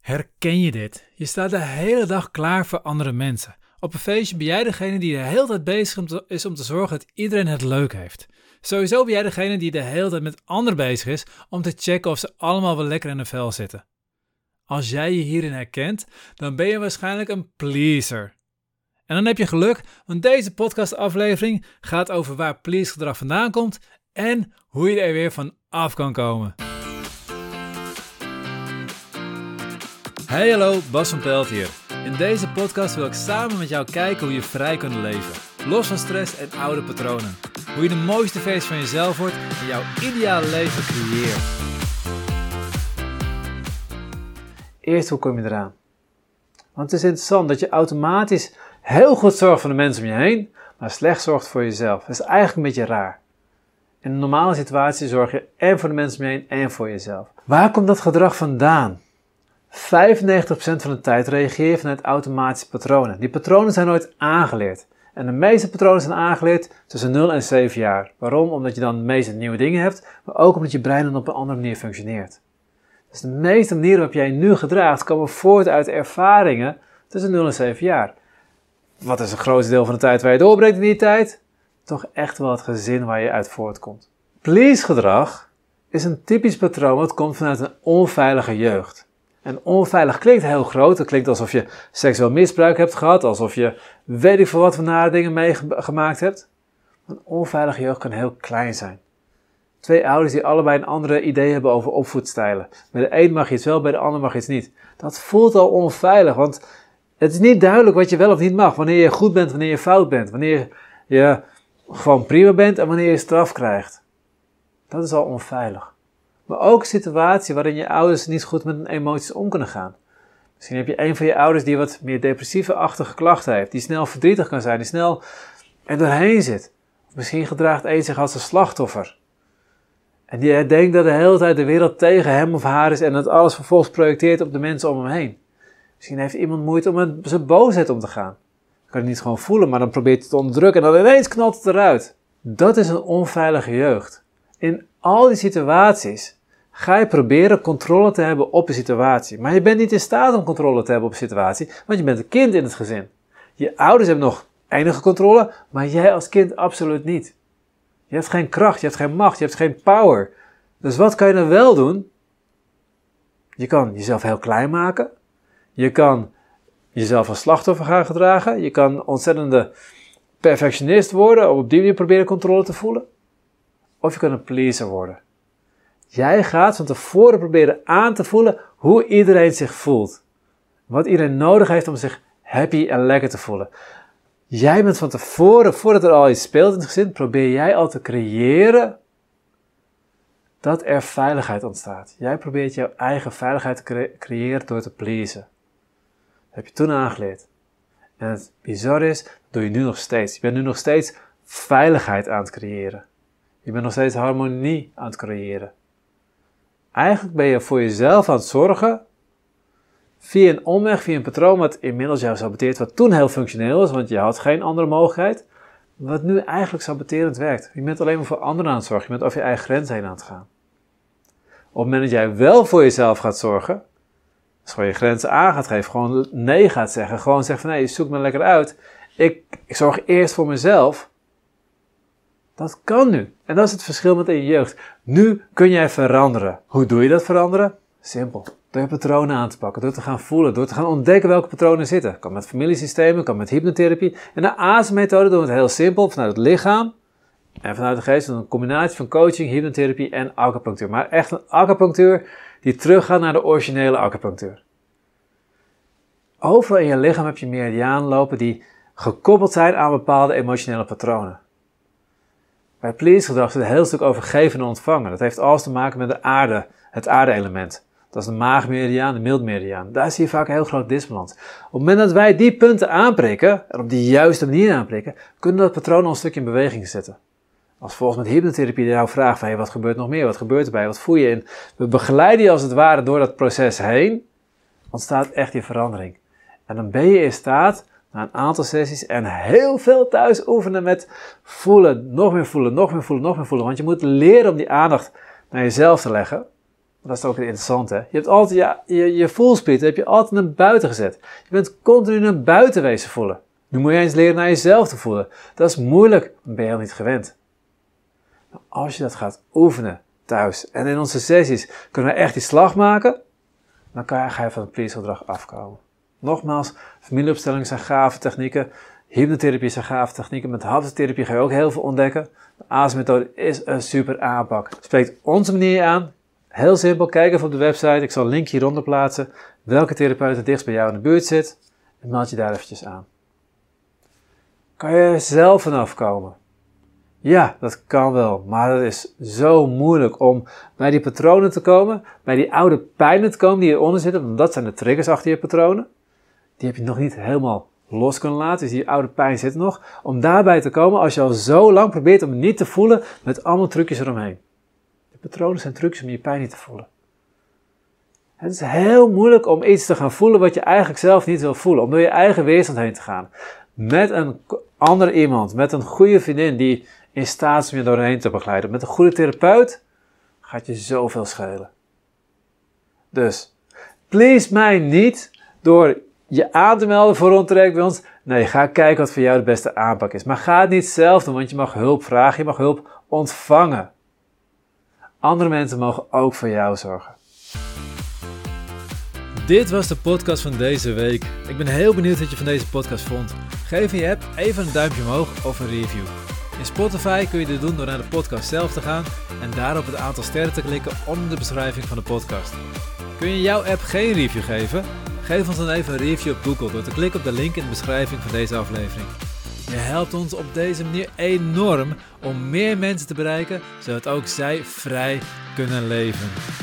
Herken je dit? Je staat de hele dag klaar voor andere mensen. Op een feestje ben jij degene die de hele tijd bezig is om te zorgen dat iedereen het leuk heeft. Sowieso ben jij degene die de hele tijd met anderen bezig is om te checken of ze allemaal wel lekker in hun vel zitten. Als jij je hierin herkent, dan ben je waarschijnlijk een pleaser. En dan heb je geluk, want deze podcastaflevering gaat over waar please gedrag vandaan komt en hoe je er weer van af kan komen. Hey hallo, Bas van Pelt hier. In deze podcast wil ik samen met jou kijken hoe je vrij kunt leven. Los van stress en oude patronen. Hoe je de mooiste versie van jezelf wordt en jouw ideale leven creëert. Eerst, hoe kom je eraan? Want het is interessant dat je automatisch heel goed zorgt voor de mensen om je heen, maar slecht zorgt voor jezelf. Dat is eigenlijk een beetje raar. In een normale situatie zorg je en voor de mensen om je heen en voor jezelf. Waar komt dat gedrag vandaan? 95% van de tijd reageer je vanuit automatische patronen. Die patronen zijn nooit aangeleerd. En de meeste patronen zijn aangeleerd tussen 0 en 7 jaar. Waarom? Omdat je dan de meeste nieuwe dingen hebt, maar ook omdat je brein dan op een andere manier functioneert. Dus de meeste manieren waarop jij je nu gedraagt komen voort uit ervaringen tussen 0 en 7 jaar. Wat is het grootste deel van de tijd waar je doorbreekt in die tijd? Toch echt wel het gezin waar je uit voortkomt. Please gedrag is een typisch patroon wat komt vanuit een onveilige jeugd. En onveilig klinkt heel groot. Het klinkt alsof je seksueel misbruik hebt gehad. Alsof je weet ik veel wat voor nare dingen meegemaakt hebt. Een onveilige jeugd kan heel klein zijn. 2 ouders die allebei een andere idee hebben over opvoedstijlen. Bij de een mag je iets wel, bij de ander mag je iets niet. Dat voelt al onveilig, want het is niet duidelijk wat je wel of niet mag. Wanneer je goed bent, wanneer je fout bent. Wanneer je gewoon prima bent en wanneer je straf krijgt. Dat is al onveilig. Maar ook een situatie waarin je ouders niet goed met hun emoties om kunnen gaan. Misschien heb je een van je ouders die wat meer depressieve-achtige klachten heeft. Die snel verdrietig kan zijn, die snel er doorheen zit. Of misschien gedraagt een zich als een slachtoffer. En die denkt dat de hele tijd de wereld tegen hem of haar is en dat alles vervolgens projecteert op de mensen om hem heen. Misschien heeft iemand moeite om met zijn boosheid om te gaan. Dat kan hij niet gewoon voelen, maar dan probeert hij het te onderdrukken en dan ineens knalt het eruit. Dat is een onveilige jeugd. In al die situaties ga je proberen controle te hebben op de situatie. Maar je bent niet in staat om controle te hebben op de situatie, want je bent een kind in het gezin. Je ouders hebben nog enige controle, maar jij als kind absoluut niet. Je hebt geen kracht, je hebt geen macht, je hebt geen power. Dus wat kan je dan wel doen? Je kan jezelf heel klein maken. Je kan jezelf als slachtoffer gaan gedragen. Je kan ontzettende perfectionist worden, op die manier proberen controle te voelen. Of je kan een pleaser worden. Jij gaat van tevoren proberen aan te voelen hoe iedereen zich voelt. Wat iedereen nodig heeft om zich happy en lekker te voelen. Jij bent van tevoren, voordat er al iets speelt in het gezin, probeer jij al te creëren dat er veiligheid ontstaat. Jij probeert jouw eigen veiligheid te creëren door te pleasen. Dat heb je toen aangeleerd. En het bizarre is, dat doe je nu nog steeds. Je bent nu nog steeds veiligheid aan het creëren. Je bent nog steeds harmonie aan het creëren. Eigenlijk ben je voor jezelf aan het zorgen via een omweg, via een patroon wat inmiddels jou saboteert, wat toen heel functioneel was, want je had geen andere mogelijkheid, wat nu eigenlijk saboterend werkt. Je bent alleen maar voor anderen aan het zorgen, je bent over je eigen grens heen aan het gaan. Op het moment dat jij wel voor jezelf gaat zorgen, dus gewoon je grenzen aan gaat geven, gewoon nee gaat zeggen, gewoon zegt van nee, zoek me lekker uit, ik zorg eerst voor mezelf. Dat kan nu. En dat is het verschil met in je jeugd. Nu kun jij veranderen. Hoe doe je dat veranderen? Simpel. Door je patronen aan te pakken, door te gaan voelen, door te gaan ontdekken welke patronen zitten. Kan met familiesystemen, kan met hypnotherapie. En de ASM-methode doen we het heel simpel, vanuit het lichaam en vanuit de geest. Een combinatie van coaching, hypnotherapie en acupunctuur. Maar echt een acupunctuur die teruggaat naar de originele acupunctuur. Overal in je lichaam heb je meridianen lopen die gekoppeld zijn aan bepaalde emotionele patronen. Bij please gedrag zit een heel stuk over geven en ontvangen. Dat heeft alles te maken met de aarde, het aarde-element. Dat is de maagmeridiaan, de mildmeridiaan. Daar zie je vaak een heel groot disbalans. Op het moment dat wij die punten aanprikken, en op die juiste manier aanprikken, kunnen we dat patroon al een stukje in beweging zetten. Als volgens met hypnotherapie jou vraagt van, hey, wat gebeurt nog meer, wat gebeurt erbij, wat voel je in? We begeleiden je als het ware door dat proces heen, ontstaat echt die verandering. En dan ben je in staat, na een aantal sessies en heel veel thuis oefenen met voelen, nog meer voelen, nog meer voelen, nog meer voelen. Want je moet leren om die aandacht naar jezelf te leggen. Dat is ook interessant, hè? Je hebt altijd je voelsprieten heb je altijd naar buiten gezet. Je bent continu naar buiten wezen voelen. Nu moet je eens leren naar jezelf te voelen. Dat is moeilijk, dat ben je heel niet gewend. Maar als je dat gaat oefenen thuis en in onze sessies kunnen we echt die slag maken, dan ga je van het please-gedrag afkomen. Nogmaals, familieopstellingen zijn gave technieken. Hypnotherapie zijn gave technieken. Met haptotherapie ga je ook heel veel ontdekken. De AAS-methode is een super aanpak. Spreekt onze manier aan. Heel simpel, kijk even op de website. Ik zal een link hieronder plaatsen. Welke therapeut het dichtst bij jou in de buurt zit. En meld je daar eventjes aan. Kan je er zelf vanaf komen? Ja, dat kan wel. Maar het is zo moeilijk om bij die patronen te komen. Bij die oude pijnen te komen die hieronder zitten. Want dat zijn de triggers achter je patronen. Die heb je nog niet helemaal los kunnen laten. Dus die oude pijn zit nog. Om daarbij te komen als je al zo lang probeert om het niet te voelen. Met allemaal trucjes eromheen. Patronen zijn trucjes om je pijn niet te voelen. Het is heel moeilijk om iets te gaan voelen wat je eigenlijk zelf niet wil voelen. Om door je eigen weerstand heen te gaan. Met een ander iemand, met een goede vriendin die in staat is om je doorheen te begeleiden. Met een goede therapeut gaat je zoveel schelen. Dus, please mij niet door je aan te melden voor Ontrekt bij ons. Nee, ga kijken wat voor jou de beste aanpak is. Maar ga het niet zelf doen, want je mag hulp vragen, je mag hulp ontvangen. Andere mensen mogen ook voor jou zorgen. Dit was de podcast van deze week. Ik ben heel benieuwd wat je van deze podcast vond. Geef in je app even een duimpje omhoog of een review. In Spotify kun je dit doen door naar de podcast zelf te gaan en daar op het aantal sterren te klikken onder de beschrijving van de podcast. Kun je jouw app geen review geven? Geef ons dan even een review op Google door te klikken op de link in de beschrijving van deze aflevering. Je helpt ons op deze manier enorm om meer mensen te bereiken, zodat ook zij vrij kunnen leven.